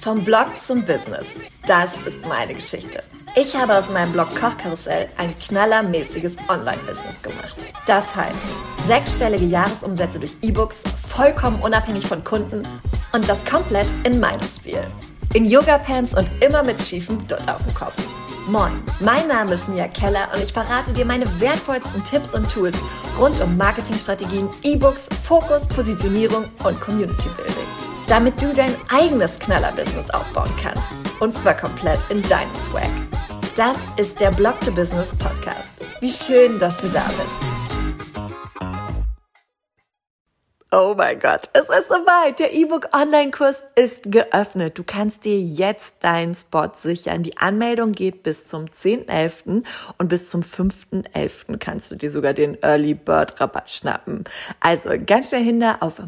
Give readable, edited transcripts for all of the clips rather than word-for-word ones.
Vom Blog zum Business. Das ist meine Geschichte. Ich habe aus meinem Blog Kochkarussell ein knallermäßiges Online-Business gemacht. Das heißt, 6-stellige Jahresumsätze durch E-Books, vollkommen unabhängig von Kunden und das komplett in meinem Stil. In Yoga-Pants und immer mit schiefem Dutt auf dem Kopf. Moin, mein Name ist Mia Keller und ich verrate dir meine wertvollsten Tipps und Tools rund um Marketingstrategien, E-Books, Fokus, Positionierung und Community Building. Damit du dein eigenes Knaller-Business aufbauen kannst. Und zwar komplett in deinem Swag. Das ist der Blog to Business Podcast. Wie schön, dass du da bist. Oh mein Gott, es ist soweit. Der E-Book-Online-Kurs ist geöffnet. Du kannst dir jetzt deinen Spot sichern. Die Anmeldung geht bis zum 10.11. und bis zum 5.11. kannst du dir sogar den Early Bird Rabatt schnappen. Also ganz schnell hin da auf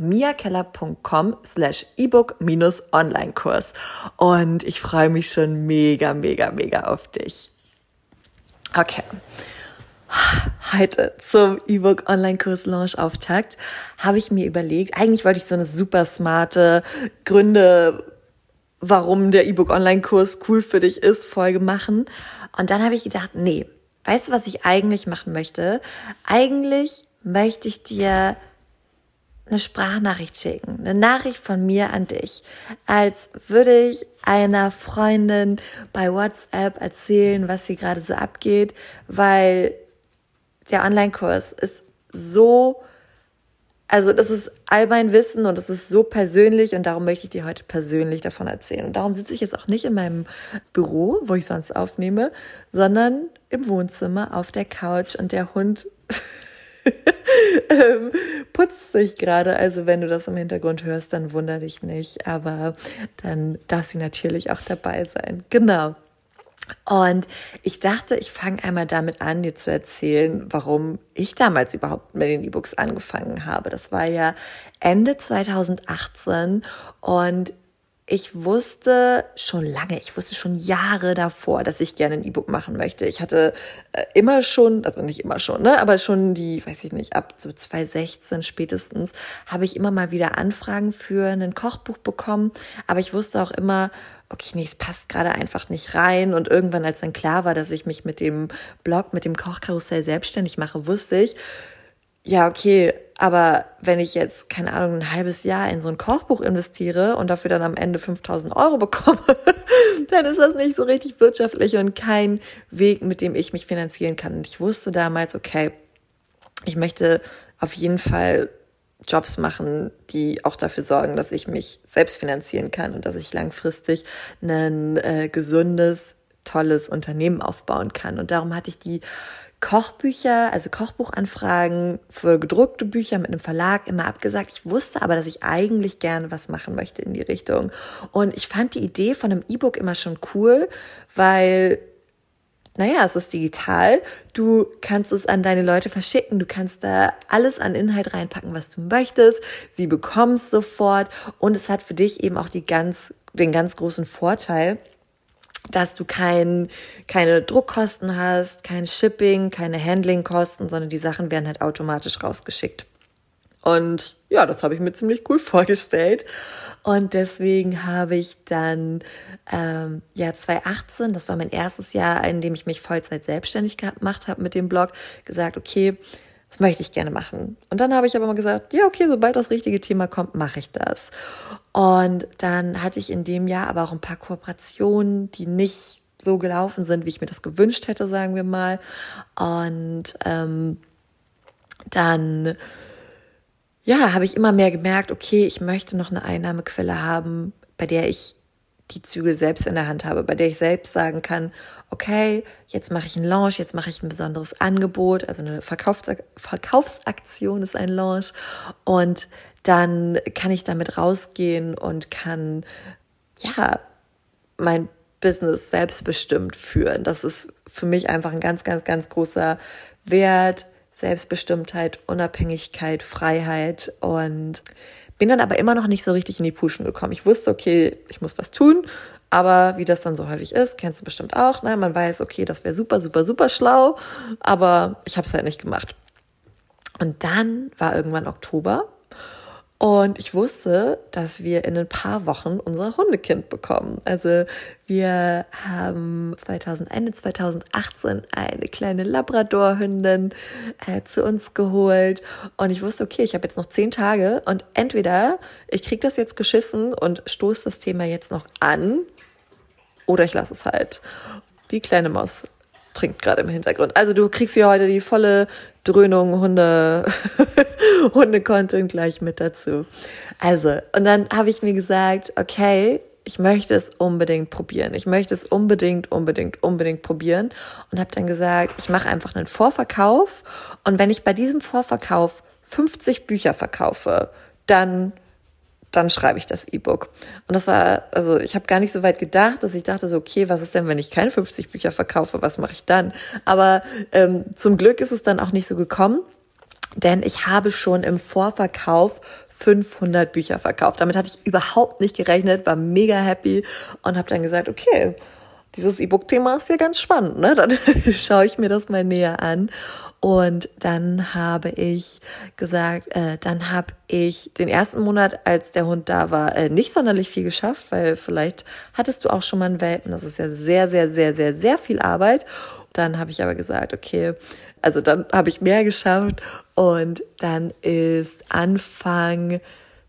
miakeller.com/ebook-Online-Kurs. Und ich freue mich schon mega auf dich. Okay. Heute zum E-Book-Online-Kurs-Launch-Auftakt habe ich mir überlegt, eigentlich wollte ich so eine super smarte Gründe, warum der E-Book-Online-Kurs cool für dich ist, Folge machen. Und dann habe ich gedacht, nee, weißt du, was ich eigentlich machen möchte? Eigentlich möchte ich dir eine Sprachnachricht schicken, eine Nachricht von mir an dich, als würde ich einer Freundin bei WhatsApp erzählen, was hier gerade so abgeht, weil der Online-Kurs ist so, also das ist all mein Wissen und es ist so persönlich und darum möchte ich dir heute persönlich davon erzählen. Und darum sitze ich jetzt auch nicht in meinem Büro, wo ich sonst aufnehme, sondern im Wohnzimmer auf der Couch und der Hund putzt sich gerade. Also wenn du das im Hintergrund hörst, dann wunder dich nicht, aber dann darf sie natürlich auch dabei sein. Genau. Und ich dachte, ich fange einmal damit an, dir zu erzählen, warum ich damals überhaupt mit den E-Books angefangen habe. Das war ja Ende 2018 und ich wusste schon Jahre davor, dass ich gerne ein E-Book machen möchte. Ich hatte immer schon, also nicht immer schon, ne, aber schon ab so 2016 spätestens, habe ich immer mal wieder Anfragen für ein Kochbuch bekommen. Aber ich wusste auch immer, okay, nee, es passt gerade einfach nicht rein. Und irgendwann, als dann klar war, dass ich mich mit dem Blog, mit dem Kochkarussell selbstständig mache, wusste ich, ja, okay, aber wenn ich jetzt, keine Ahnung, ein halbes Jahr in so ein Kochbuch investiere und dafür dann am Ende 5.000 € bekomme, dann ist das nicht so richtig wirtschaftlich und kein Weg, mit dem ich mich finanzieren kann. Und ich wusste damals, okay, ich möchte auf jeden Fall Jobs machen, die auch dafür sorgen, dass ich mich selbst finanzieren kann und dass ich langfristig ein gesundes, tolles Unternehmen aufbauen kann. Und darum hatte ich die Kochbücher, also Kochbuchanfragen für gedruckte Bücher mit einem Verlag immer abgesagt. Ich wusste aber, dass ich eigentlich gerne was machen möchte in die Richtung. Und ich fand die Idee von einem E-Book immer schon cool, weil, naja, es ist digital. Du kannst es an deine Leute verschicken. Du kannst da alles an Inhalt reinpacken, was du möchtest. Sie bekommen es sofort. Und es hat für dich eben auch den ganz großen Vorteil, dass du keine Druckkosten hast, kein Shipping, keine Handlingkosten, sondern die Sachen werden halt automatisch rausgeschickt. Und ja, das habe ich mir ziemlich cool vorgestellt. Und deswegen habe ich dann 2018, das war mein erstes Jahr, in dem ich mich Vollzeit selbstständig gemacht habe mit dem Blog, gesagt, okay, das möchte ich gerne machen. Und dann habe ich aber mal gesagt, ja, okay, sobald das richtige Thema kommt, mache ich das. Und dann hatte ich in dem Jahr aber auch ein paar Kooperationen, die nicht so gelaufen sind, wie ich mir das gewünscht hätte, sagen wir mal. Und dann habe ich immer mehr gemerkt, okay, ich möchte noch eine Einnahmequelle haben, bei der ich die Zügel selbst in der Hand habe, bei der ich selbst sagen kann, okay, jetzt mache ich einen Launch, jetzt mache ich ein besonderes Angebot, also eine Verkaufsaktion ist ein Launch und dann kann ich damit rausgehen und kann, mein Business selbstbestimmt führen. Das ist für mich einfach ein ganz großer Wert, Selbstbestimmtheit, Unabhängigkeit, Freiheit und bin dann aber immer noch nicht so richtig in die Puschen gekommen. Ich wusste, okay, ich muss was tun, aber wie das dann so häufig ist, kennst du bestimmt auch, ne? Man weiß, okay, das wäre super schlau, aber ich habe es halt nicht gemacht. Und dann war irgendwann Oktober Und ich wusste, dass wir in ein paar Wochen unser Hundekind bekommen. Also wir haben 2018 eine kleine Labrador-Hündin zu uns geholt. Und ich wusste, okay, ich habe jetzt noch 10 Tage und entweder ich kriege das jetzt geschissen und stoße das Thema jetzt noch an oder ich lasse es halt. Die kleine Maus trinkt gerade im Hintergrund. Also du kriegst hier heute die volle Dröhnung Hunde-Content gleich mit dazu. Also, und dann habe ich mir gesagt, okay, ich möchte es unbedingt probieren. Ich möchte es unbedingt probieren und habe dann gesagt, ich mache einfach einen Vorverkauf und wenn ich bei diesem Vorverkauf 50 Bücher verkaufe, dann schreibe ich das E-Book. Und das war, also ich habe gar nicht so weit gedacht, dass ich dachte so, okay, was ist denn, wenn ich keine 50 Bücher verkaufe, was mache ich dann? Aber zum Glück ist es dann auch nicht so gekommen, denn ich habe schon im Vorverkauf 500 Bücher verkauft. Damit hatte ich überhaupt nicht gerechnet, war mega happy und habe dann gesagt, okay, dieses E-Book-Thema ist ja ganz spannend, ne? Dann schaue ich mir das mal näher an. Und dann habe ich gesagt, dann habe ich den ersten Monat, als der Hund da war, nicht sonderlich viel geschafft, weil vielleicht hattest du auch schon mal einen Welpen. Das ist ja sehr, sehr, sehr, sehr, sehr viel Arbeit. Dann habe ich aber gesagt, okay, also dann habe ich mehr geschafft und dann ist Anfang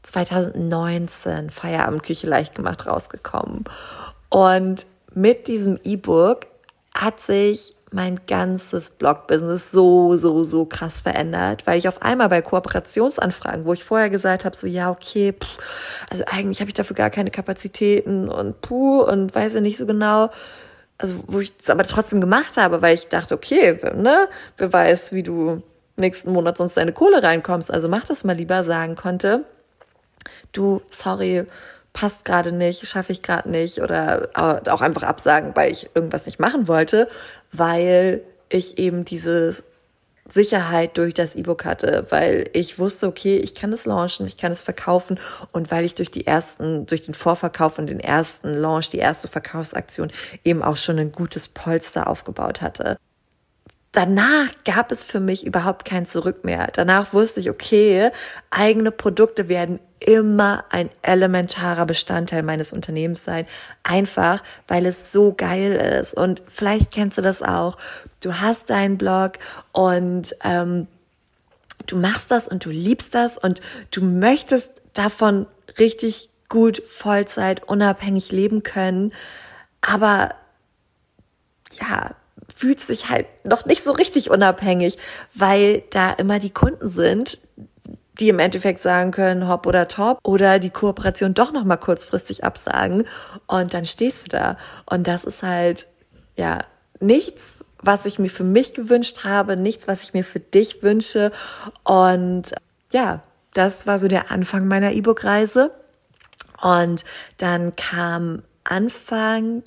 2019 Feierabendküche leicht gemacht rausgekommen. Und mit diesem E-Book hat sich mein ganzes Blog-Business so krass verändert, weil ich auf einmal bei Kooperationsanfragen, wo ich vorher gesagt habe, so ja, okay, also eigentlich habe ich dafür gar keine Kapazitäten und weiß ja nicht so genau, also wo ich es aber trotzdem gemacht habe, weil ich dachte, okay, ne, wer weiß, wie du nächsten Monat sonst deine Kohle reinkommst, also mach das mal lieber, sagen konnte, du, sorry, passt gerade nicht, schaffe ich gerade nicht oder auch einfach absagen, weil ich irgendwas nicht machen wollte, weil ich eben diese Sicherheit durch das E-Book hatte, weil ich wusste, okay, ich kann es launchen, ich kann es verkaufen und weil ich durch den Vorverkauf und den ersten Launch, die erste Verkaufsaktion eben auch schon ein gutes Polster aufgebaut hatte. Danach gab es für mich überhaupt kein Zurück mehr. Danach wusste ich, okay, eigene Produkte werden immer ein elementarer Bestandteil meines Unternehmens sein. Einfach, weil es so geil ist. Und vielleicht kennst du das auch. Du hast deinen Blog und du machst das und du liebst das und du möchtest davon richtig gut Vollzeit unabhängig leben können. Aber ja, fühlt sich halt noch nicht so richtig unabhängig, weil da immer die Kunden sind, die im Endeffekt sagen können, hopp oder top, oder die Kooperation doch noch mal kurzfristig absagen und dann stehst du da. Und das ist halt, ja, nichts, was ich mir für mich gewünscht habe, nichts, was ich mir für dich wünsche. Und ja, das war so der Anfang meiner E-Book-Reise. Und dann kam Anfang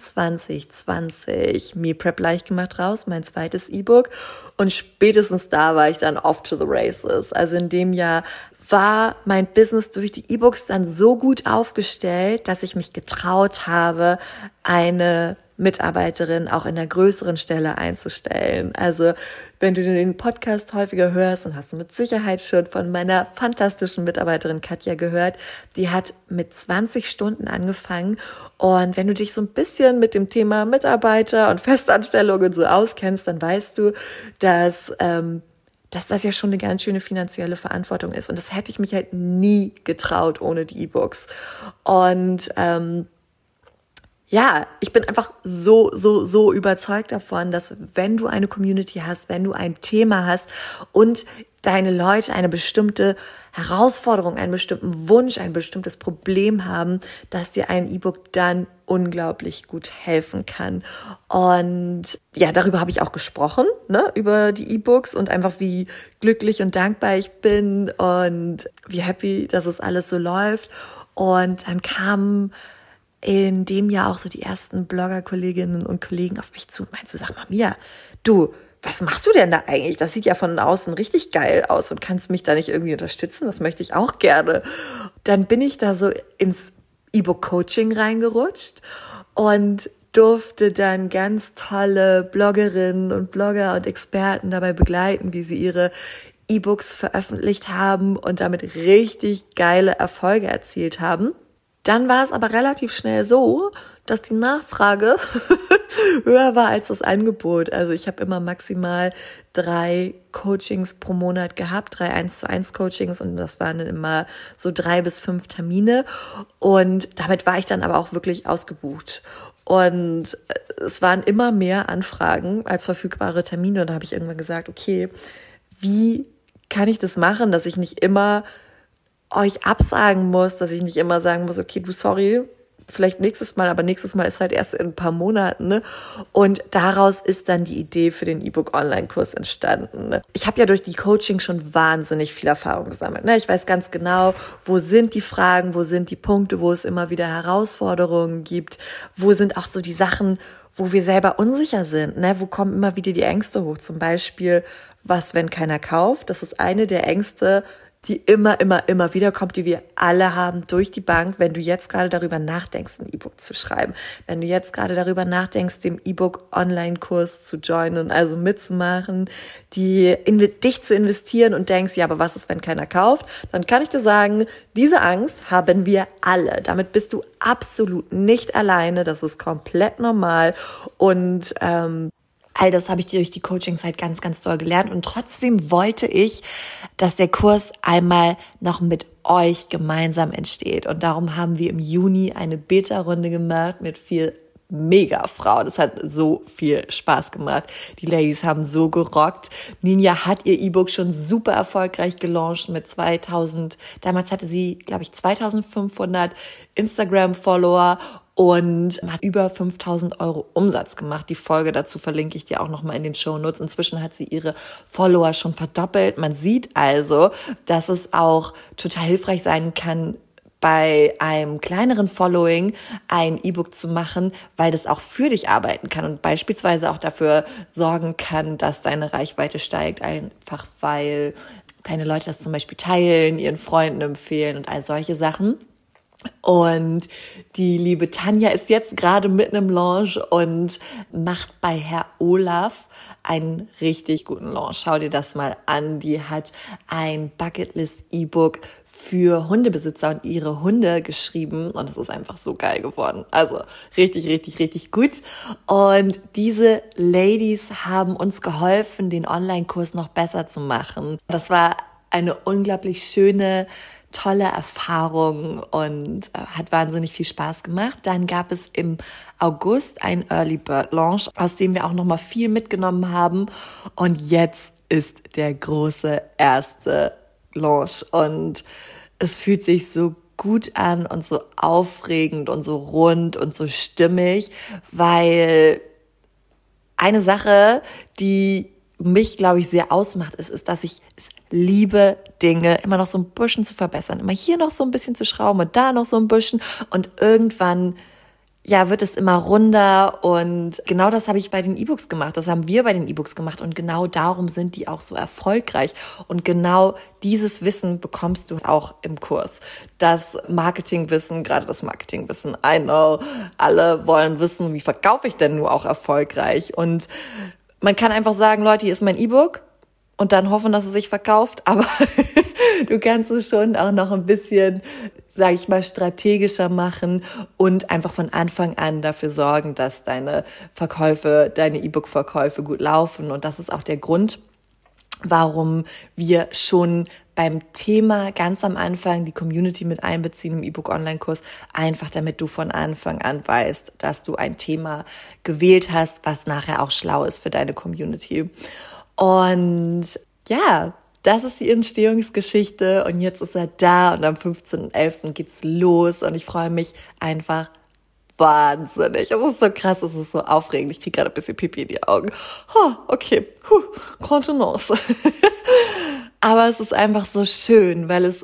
2020 Meal Prep leicht gemacht raus, mein zweites E-Book. Und spätestens da war ich dann off to the races. Also in dem Jahr war mein Business durch die E-Books dann so gut aufgestellt, dass ich mich getraut habe, eine Mitarbeiterin auch in einer größeren Stelle einzustellen. Also wenn du den Podcast häufiger hörst, dann hast du mit Sicherheit schon von meiner fantastischen Mitarbeiterin Katja gehört. Die hat mit 20 Stunden angefangen und wenn du dich so ein bisschen mit dem Thema Mitarbeiter und Festanstellungen so auskennst, dann weißt du, dass das ja schon eine ganz schöne finanzielle Verantwortung ist und das hätte ich mich halt nie getraut ohne die E-Books. Und ja, ich bin einfach so überzeugt davon, dass wenn du eine Community hast, wenn du ein Thema hast und deine Leute eine bestimmte Herausforderung, einen bestimmten Wunsch, ein bestimmtes Problem haben, dass dir ein E-Book dann unglaublich gut helfen kann. Und ja, darüber habe ich auch gesprochen, ne, über die E-Books und einfach wie glücklich und dankbar ich bin und wie happy, dass es alles so läuft. Und dann kamen in dem Jahr auch so die ersten Blogger-Kolleginnen und Kollegen auf mich zu und meinten so, sag mal, Mia, du, was machst du denn da eigentlich? Das sieht ja von außen richtig geil aus und kannst mich da nicht irgendwie unterstützen? Das möchte ich auch gerne. Dann bin ich da so ins E-Book-Coaching reingerutscht und durfte dann ganz tolle Bloggerinnen und Blogger und Experten dabei begleiten, wie sie ihre E-Books veröffentlicht haben und damit richtig geile Erfolge erzielt haben. Dann war es aber relativ schnell so, dass die Nachfrage höher war als das Angebot. Also ich habe immer maximal 3 Coachings pro Monat gehabt, 3 1:1 Coachings, und das waren dann immer so 3 bis 5 Termine, und damit war ich dann aber auch wirklich ausgebucht. Und es waren immer mehr Anfragen als verfügbare Termine, und da habe ich irgendwann gesagt, okay, wie kann ich das machen, dass ich nicht immer euch absagen muss, dass ich nicht immer sagen muss, okay, du, sorry, vielleicht nächstes Mal, aber nächstes Mal ist halt erst in ein paar Monaten, ne? Und daraus ist dann die Idee für den E-Book-Online-Kurs entstanden, ne? Ich habe ja durch die Coaching schon wahnsinnig viel Erfahrung gesammelt, ne? Ich weiß ganz genau, wo sind die Fragen, wo sind die Punkte, wo es immer wieder Herausforderungen gibt, wo sind auch so die Sachen, wo wir selber unsicher sind, ne? Wo kommen immer wieder die Ängste hoch? Zum Beispiel, was, wenn keiner kauft? Das ist eine der Ängste, die immer wieder kommt, die wir alle haben durch die Bank, wenn du jetzt gerade darüber nachdenkst, ein E-Book zu schreiben, wenn du jetzt gerade darüber nachdenkst, dem E-Book-Online-Kurs zu joinen, also mitzumachen, in dich zu investieren und denkst, ja, aber was ist, wenn keiner kauft? Dann kann ich dir sagen, diese Angst haben wir alle. Damit bist du absolut nicht alleine, das ist komplett normal, und all das habe ich durch die Coachings halt ganz, ganz doll gelernt, und trotzdem wollte ich, dass der Kurs einmal noch mit euch gemeinsam entsteht, und darum haben wir im Juni eine Beta-Runde gemacht mit 4 Mega-Frauen. Das hat so viel Spaß gemacht. Die Ladies haben so gerockt. Ninja hat ihr E-Book schon super erfolgreich gelauncht mit 2000, damals hatte sie, glaube ich, 2500 Instagram-Follower und hat über 5.000 € Umsatz gemacht. Die Folge dazu verlinke ich dir auch nochmal in den Shownotes. Inzwischen hat sie ihre Follower schon verdoppelt. Man sieht also, dass es auch total hilfreich sein kann, bei einem kleineren Following ein E-Book zu machen, weil das auch für dich arbeiten kann und beispielsweise auch dafür sorgen kann, dass deine Reichweite steigt, einfach weil deine Leute das zum Beispiel teilen, ihren Freunden empfehlen und all solche Sachen. Und die liebe Tanja ist jetzt gerade mitten im Launch und macht bei Herr Olaf einen richtig guten Launch. Schau dir das mal an. Die hat ein Bucketlist-E-Book für Hundebesitzer und ihre Hunde geschrieben, und es ist einfach so geil geworden. Also richtig, richtig, richtig gut. Und diese Ladies haben uns geholfen, den Online-Kurs noch besser zu machen. Das war eine unglaublich schöne, tolle Erfahrung und hat wahnsinnig viel Spaß gemacht. Dann gab es im August einen Early Bird Launch, aus dem wir auch nochmal viel mitgenommen haben. Und jetzt ist der große erste Launch, und es fühlt sich so gut an und so aufregend und so rund und so stimmig, weil eine Sache, die mich, glaube ich, sehr ausmacht, ist, dass ich es liebe, Dinge immer noch so ein bisschen zu verbessern. Immer hier noch so ein bisschen zu schrauben und da noch so ein bisschen. Und irgendwann, ja, wird es immer runder. Und genau das habe ich bei den E-Books gemacht. Das haben wir bei den E-Books gemacht. Und genau darum sind die auch so erfolgreich. Und genau dieses Wissen bekommst du auch im Kurs. Das Marketingwissen, gerade das Marketingwissen, I know, alle wollen wissen, wie verkaufe ich denn nur auch erfolgreich? Und man kann einfach sagen, Leute, hier ist mein E-Book, und dann hoffen, dass es sich verkauft. Aber du kannst es schon auch noch ein bisschen, sage ich mal, strategischer machen und einfach von Anfang an dafür sorgen, dass deine E-Book-Verkäufe gut laufen. Und das ist auch der Grund, warum wir schon beim Thema ganz am Anfang die Community mit einbeziehen im E-Book-Online-Kurs, einfach damit du von Anfang an weißt, dass du ein Thema gewählt hast, was nachher auch schlau ist für deine Community. Und ja, das ist die Entstehungsgeschichte, und jetzt ist er da, und am 15.11. geht's los, und ich freue mich einfach wahnsinnig. Es ist so krass, es ist so aufregend. Ich kriege gerade ein bisschen Pipi in die Augen. Okay, Kontenance. Aber es ist einfach so schön, weil ich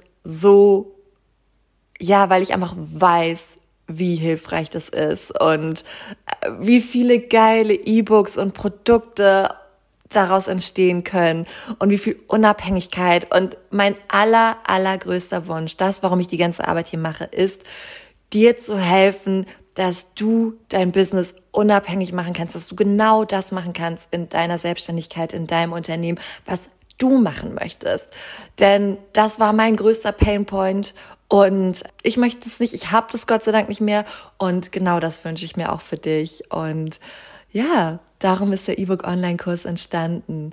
einfach weiß, wie hilfreich das ist und wie viele geile E-Books und Produkte daraus entstehen können und wie viel Unabhängigkeit. Und mein allergrößter Wunsch, das, warum ich die ganze Arbeit hier mache, ist, dir zu helfen, dass du dein Business unabhängig machen kannst, dass du genau das machen kannst in deiner Selbstständigkeit, in deinem Unternehmen, was du machen möchtest. Denn das war mein größter Painpoint und ich möchte es nicht, ich habe das Gott sei Dank nicht mehr und genau das wünsche ich mir auch für dich. Und ja, darum ist der E-Book-Online-Kurs entstanden.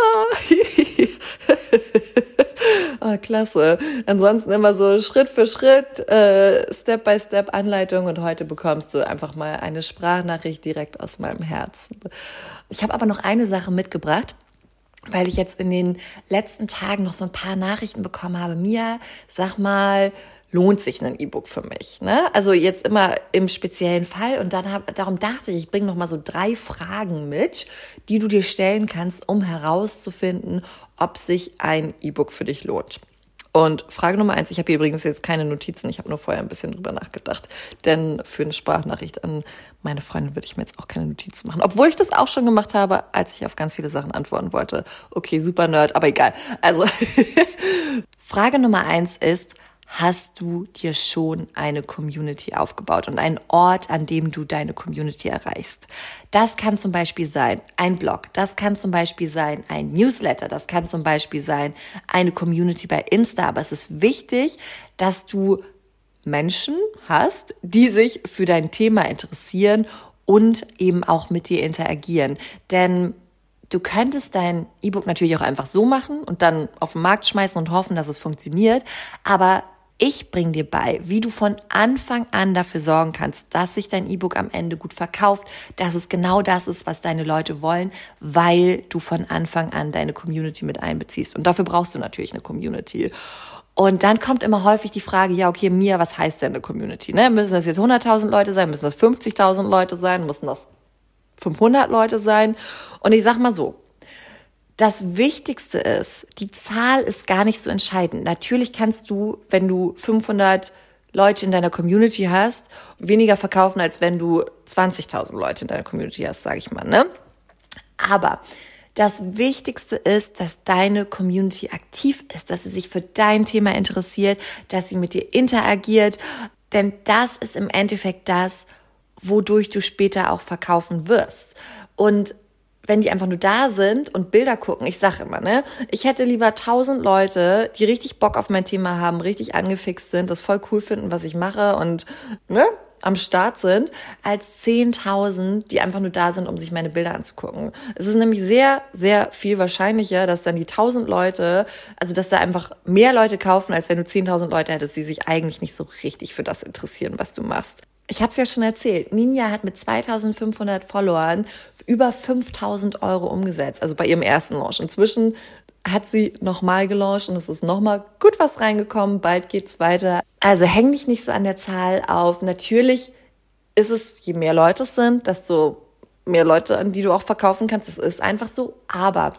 Oh, klasse. Ansonsten immer so Schritt für Schritt, Step-by-Step Anleitung und heute bekommst du einfach mal eine Sprachnachricht direkt aus meinem Herzen. Ich habe aber noch eine Sache mitgebracht, weil ich jetzt in den letzten Tagen noch so ein paar Nachrichten bekommen habe. Mia, sag mal, lohnt sich ein E-Book für mich? Ne? Also jetzt immer im speziellen Fall. Und darum dachte ich bringe noch mal so 3 Fragen mit, die du dir stellen kannst, um herauszufinden, ob sich ein E-Book für dich lohnt. Und Frage Nummer 1, ich habe hier übrigens jetzt keine Notizen, ich habe nur vorher ein bisschen drüber nachgedacht, denn für eine Sprachnachricht an meine Freundin würde ich mir jetzt auch keine Notizen machen, obwohl ich das auch schon gemacht habe, als ich auf ganz viele Sachen antworten wollte. Okay, super Nerd, aber egal. Also Frage Nummer 1 ist, hast du dir schon eine Community aufgebaut und einen Ort, an dem du deine Community erreichst? Das kann zum Beispiel sein ein Blog, das kann zum Beispiel sein ein Newsletter, das kann zum Beispiel sein eine Community bei Insta. Aber es ist wichtig, dass du Menschen hast, die sich für dein Thema interessieren und eben auch mit dir interagieren. Denn du könntest dein E-Book natürlich auch einfach so machen und dann auf den Markt schmeißen und hoffen, dass es funktioniert. Aber ich bringe dir bei, wie du von Anfang an dafür sorgen kannst, dass sich dein E-Book am Ende gut verkauft, dass es genau das ist, was deine Leute wollen, weil du von Anfang an deine Community mit einbeziehst. Und dafür brauchst du natürlich eine Community. Und dann kommt immer häufig die Frage, ja, okay, Mia, was heißt denn eine Community? Ne? Müssen das jetzt 100.000 Leute sein? Müssen das 50.000 Leute sein? Müssen das 500 Leute sein? Und ich sag mal so, das Wichtigste ist, die Zahl ist gar nicht so entscheidend. Natürlich kannst du, wenn du 500 Leute in deiner Community hast, weniger verkaufen, als wenn du 20.000 Leute in deiner Community hast, sage ich mal, ne? Aber das Wichtigste ist, dass deine Community aktiv ist, dass sie sich für dein Thema interessiert, dass sie mit dir interagiert. Denn das ist im Endeffekt das, wodurch du später auch verkaufen wirst. Und wenn die einfach nur da sind und Bilder gucken, ich sage immer, ne, ich hätte lieber 1000 Leute, die richtig Bock auf mein Thema haben, richtig angefixt sind, das voll cool finden, was ich mache und ne, am Start sind, als 10.000, die einfach nur da sind, um sich meine Bilder anzugucken. Es ist nämlich sehr, sehr viel wahrscheinlicher, dass dann die 1000 Leute, also dass da einfach mehr Leute kaufen, als wenn du 10.000 Leute hättest, die sich eigentlich nicht so richtig für das interessieren, was du machst. Ich habe es ja schon erzählt, Ninja hat mit 2.500 Followern über 5.000 Euro umgesetzt, also bei ihrem ersten Launch. Inzwischen hat sie nochmal gelauncht und es ist nochmal gut was reingekommen, bald geht's weiter. Also häng dich nicht so an der Zahl auf. Natürlich ist es, je mehr Leute es sind, desto mehr Leute, an die du auch verkaufen kannst. Das ist einfach so, aber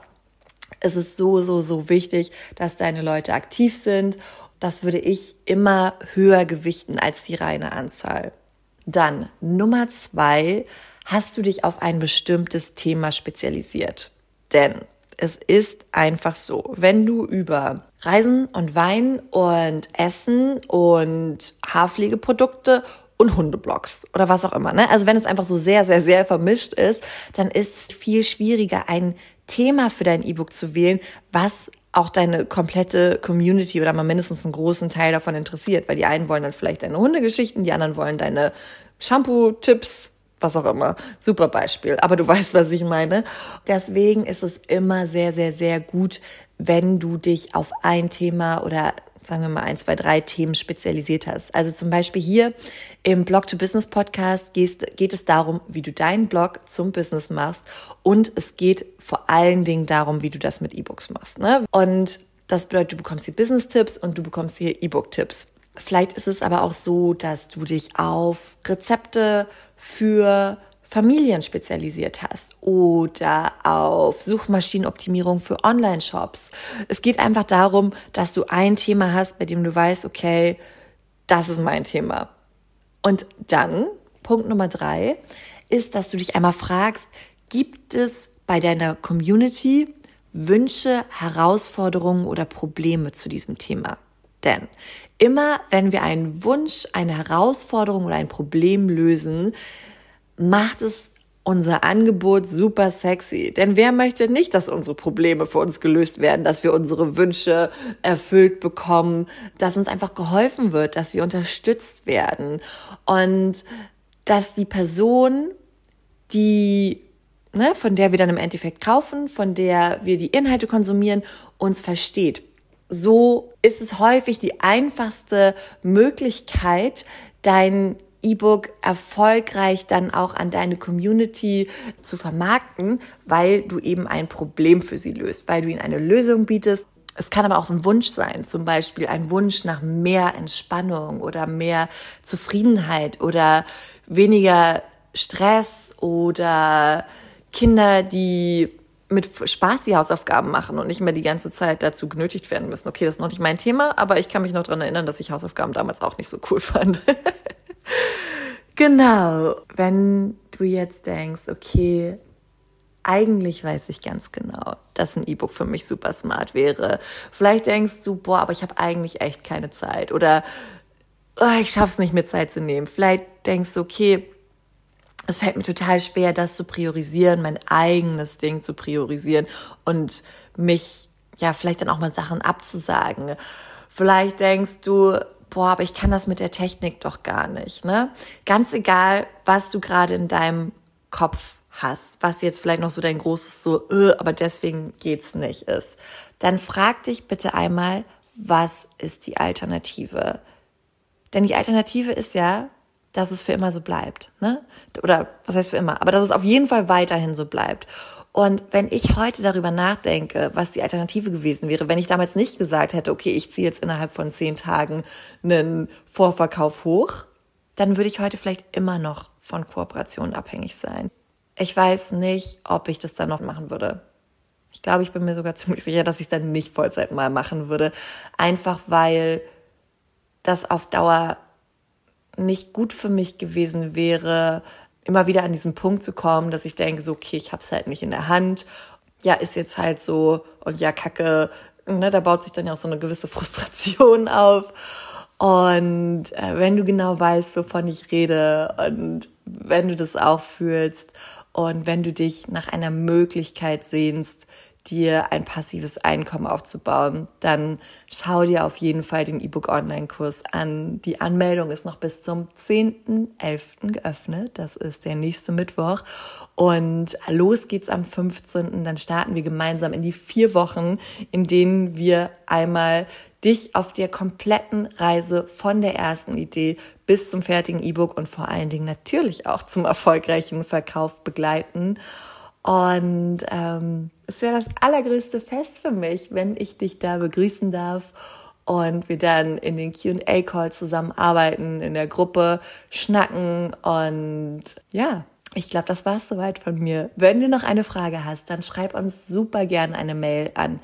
es ist so wichtig, dass deine Leute aktiv sind. Das würde ich immer höher gewichten als die reine Anzahl. Dann Nummer 2, hast du dich auf ein bestimmtes Thema spezialisiert? Denn es ist einfach so, wenn du über Reisen und Wein und Essen und Haarpflegeprodukte und Hundeblogs oder was auch immer, ne? Also wenn es einfach so sehr, sehr, sehr vermischt ist, dann ist es viel schwieriger, ein Thema für dein E-Book zu wählen, was auch deine komplette Community oder mal mindestens einen großen Teil davon interessiert, weil die einen wollen dann vielleicht deine Hundegeschichten, die anderen wollen deine Shampoo-Tipps, was auch immer. Super Beispiel, aber du weißt, was ich meine. Deswegen ist es immer sehr, sehr, sehr gut, wenn du dich auf ein Thema oder sagen wir mal 1, 2, 3 Themen spezialisiert hast. Also zum Beispiel hier im Blog-to-Business-Podcast geht es darum, wie du deinen Blog zum Business machst und es geht vor allen Dingen darum, wie du das mit E-Books machst, ne? Und das bedeutet, du bekommst hier Business-Tipps und du bekommst hier E-Book-Tipps. Vielleicht ist es aber auch so, dass du dich auf Rezepte für Familien spezialisiert hast oder auf Suchmaschinenoptimierung für Online-Shops. Es geht einfach darum, dass du ein Thema hast, bei dem du weißt, okay, das ist mein Thema. Und dann, Punkt Nummer 3, ist, dass du dich einmal fragst, gibt es bei deiner Community Wünsche, Herausforderungen oder Probleme zu diesem Thema? Denn immer, wenn wir einen Wunsch, eine Herausforderung oder ein Problem lösen, macht es unser Angebot super sexy. Denn wer möchte nicht, dass unsere Probleme für uns gelöst werden, dass wir unsere Wünsche erfüllt bekommen, dass uns einfach geholfen wird, dass wir unterstützt werden und dass die Person, von der wir dann im Endeffekt kaufen, von der wir die Inhalte konsumieren, uns versteht. So ist es häufig die einfachste Möglichkeit, dein E-Book erfolgreich dann auch an deine Community zu vermarkten, weil du eben ein Problem für sie löst, weil du ihnen eine Lösung bietest. Es kann aber auch ein Wunsch sein, zum Beispiel ein Wunsch nach mehr Entspannung oder mehr Zufriedenheit oder weniger Stress oder Kinder, die mit Spaß die Hausaufgaben machen und nicht mehr die ganze Zeit dazu genötigt werden müssen. Okay, das ist noch nicht mein Thema, aber ich kann mich noch daran erinnern, dass ich Hausaufgaben damals auch nicht so cool fand. Genau, wenn du jetzt denkst, okay, eigentlich weiß ich ganz genau, dass ein E-Book für mich super smart wäre. Vielleicht denkst du, aber ich habe eigentlich echt keine Zeit oder ich schaff's nicht, mir Zeit zu nehmen. Vielleicht denkst du, okay, es fällt mir total schwer, das zu priorisieren, mein eigenes Ding zu priorisieren und mich, vielleicht dann auch mal Sachen abzusagen. Vielleicht denkst du, aber ich kann das mit der Technik doch gar nicht, ne? Ganz egal, was du gerade in deinem Kopf hast, was jetzt vielleicht noch so dein großes aber deswegen geht's nicht ist, dann frag dich bitte einmal, was ist die Alternative? Denn die Alternative ist ja, dass es für immer so bleibt, ne? Oder was heißt für immer? Aber dass es auf jeden Fall weiterhin so bleibt. Und wenn ich heute darüber nachdenke, was die Alternative gewesen wäre, wenn ich damals nicht gesagt hätte, okay, ich ziehe jetzt innerhalb von 10 Tagen einen Vorverkauf hoch, dann würde ich heute vielleicht immer noch von Kooperationen abhängig sein. Ich weiß nicht, ob ich das dann noch machen würde. Ich glaube, ich bin mir sogar ziemlich sicher, dass ich es dann nicht Vollzeit mal machen würde. Einfach weil das auf Dauer nicht gut für mich gewesen wäre, immer wieder an diesen Punkt zu kommen, dass ich denke, so, okay, ich hab's halt nicht in der Hand. Ja, ist jetzt halt so und ja, Kacke, ne, da baut sich dann ja auch so eine gewisse Frustration auf. Und wenn du genau weißt, wovon ich rede und wenn du das auch fühlst und wenn du dich nach einer Möglichkeit sehnst, dir ein passives Einkommen aufzubauen, dann schau dir auf jeden Fall den E-Book-Online-Kurs an. Die Anmeldung ist noch bis zum 10.11. geöffnet. Das ist der nächste Mittwoch. Und los geht's am 15. Dann starten wir gemeinsam in die 4 Wochen, in denen wir einmal dich auf der kompletten Reise von der ersten Idee bis zum fertigen E-Book und vor allen Dingen natürlich auch zum erfolgreichen Verkauf begleiten. Und es wäre das allergrößte Fest für mich, wenn ich dich da begrüßen darf und wir dann in den Q&A-Call zusammenarbeiten, in der Gruppe schnacken und ja, ich glaube, das war's soweit von mir. Wenn du noch eine Frage hast, dann schreib uns super gerne eine Mail an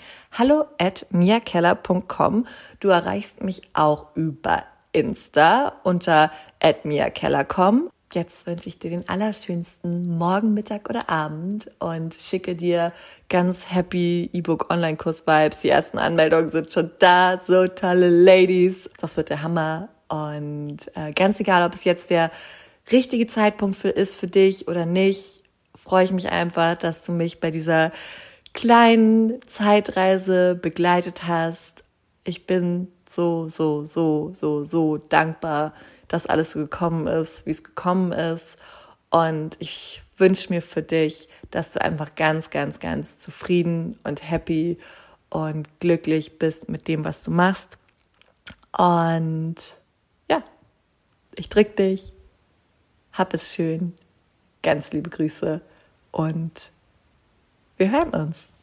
hallo@miakeller.com. Du erreichst mich auch über Insta unter @miakeller.com. Jetzt wünsche ich dir den allerschönsten Morgen, Mittag oder Abend und schicke dir ganz happy E-Book-Online-Kurs-Vibes. Die ersten Anmeldungen sind schon da, so tolle Ladies. Das wird der Hammer und ganz egal, ob es jetzt der richtige Zeitpunkt ist für dich oder nicht, freue ich mich einfach, dass du mich bei dieser kleinen Zeitreise begleitet hast. Ich bin so dankbar, dass alles so gekommen ist, wie es gekommen ist. Und ich wünsche mir für dich, dass du einfach ganz, ganz, ganz zufrieden und happy und glücklich bist mit dem, was du machst. Und ja, ich drück dich. Hab es schön. Ganz liebe Grüße und wir hören uns.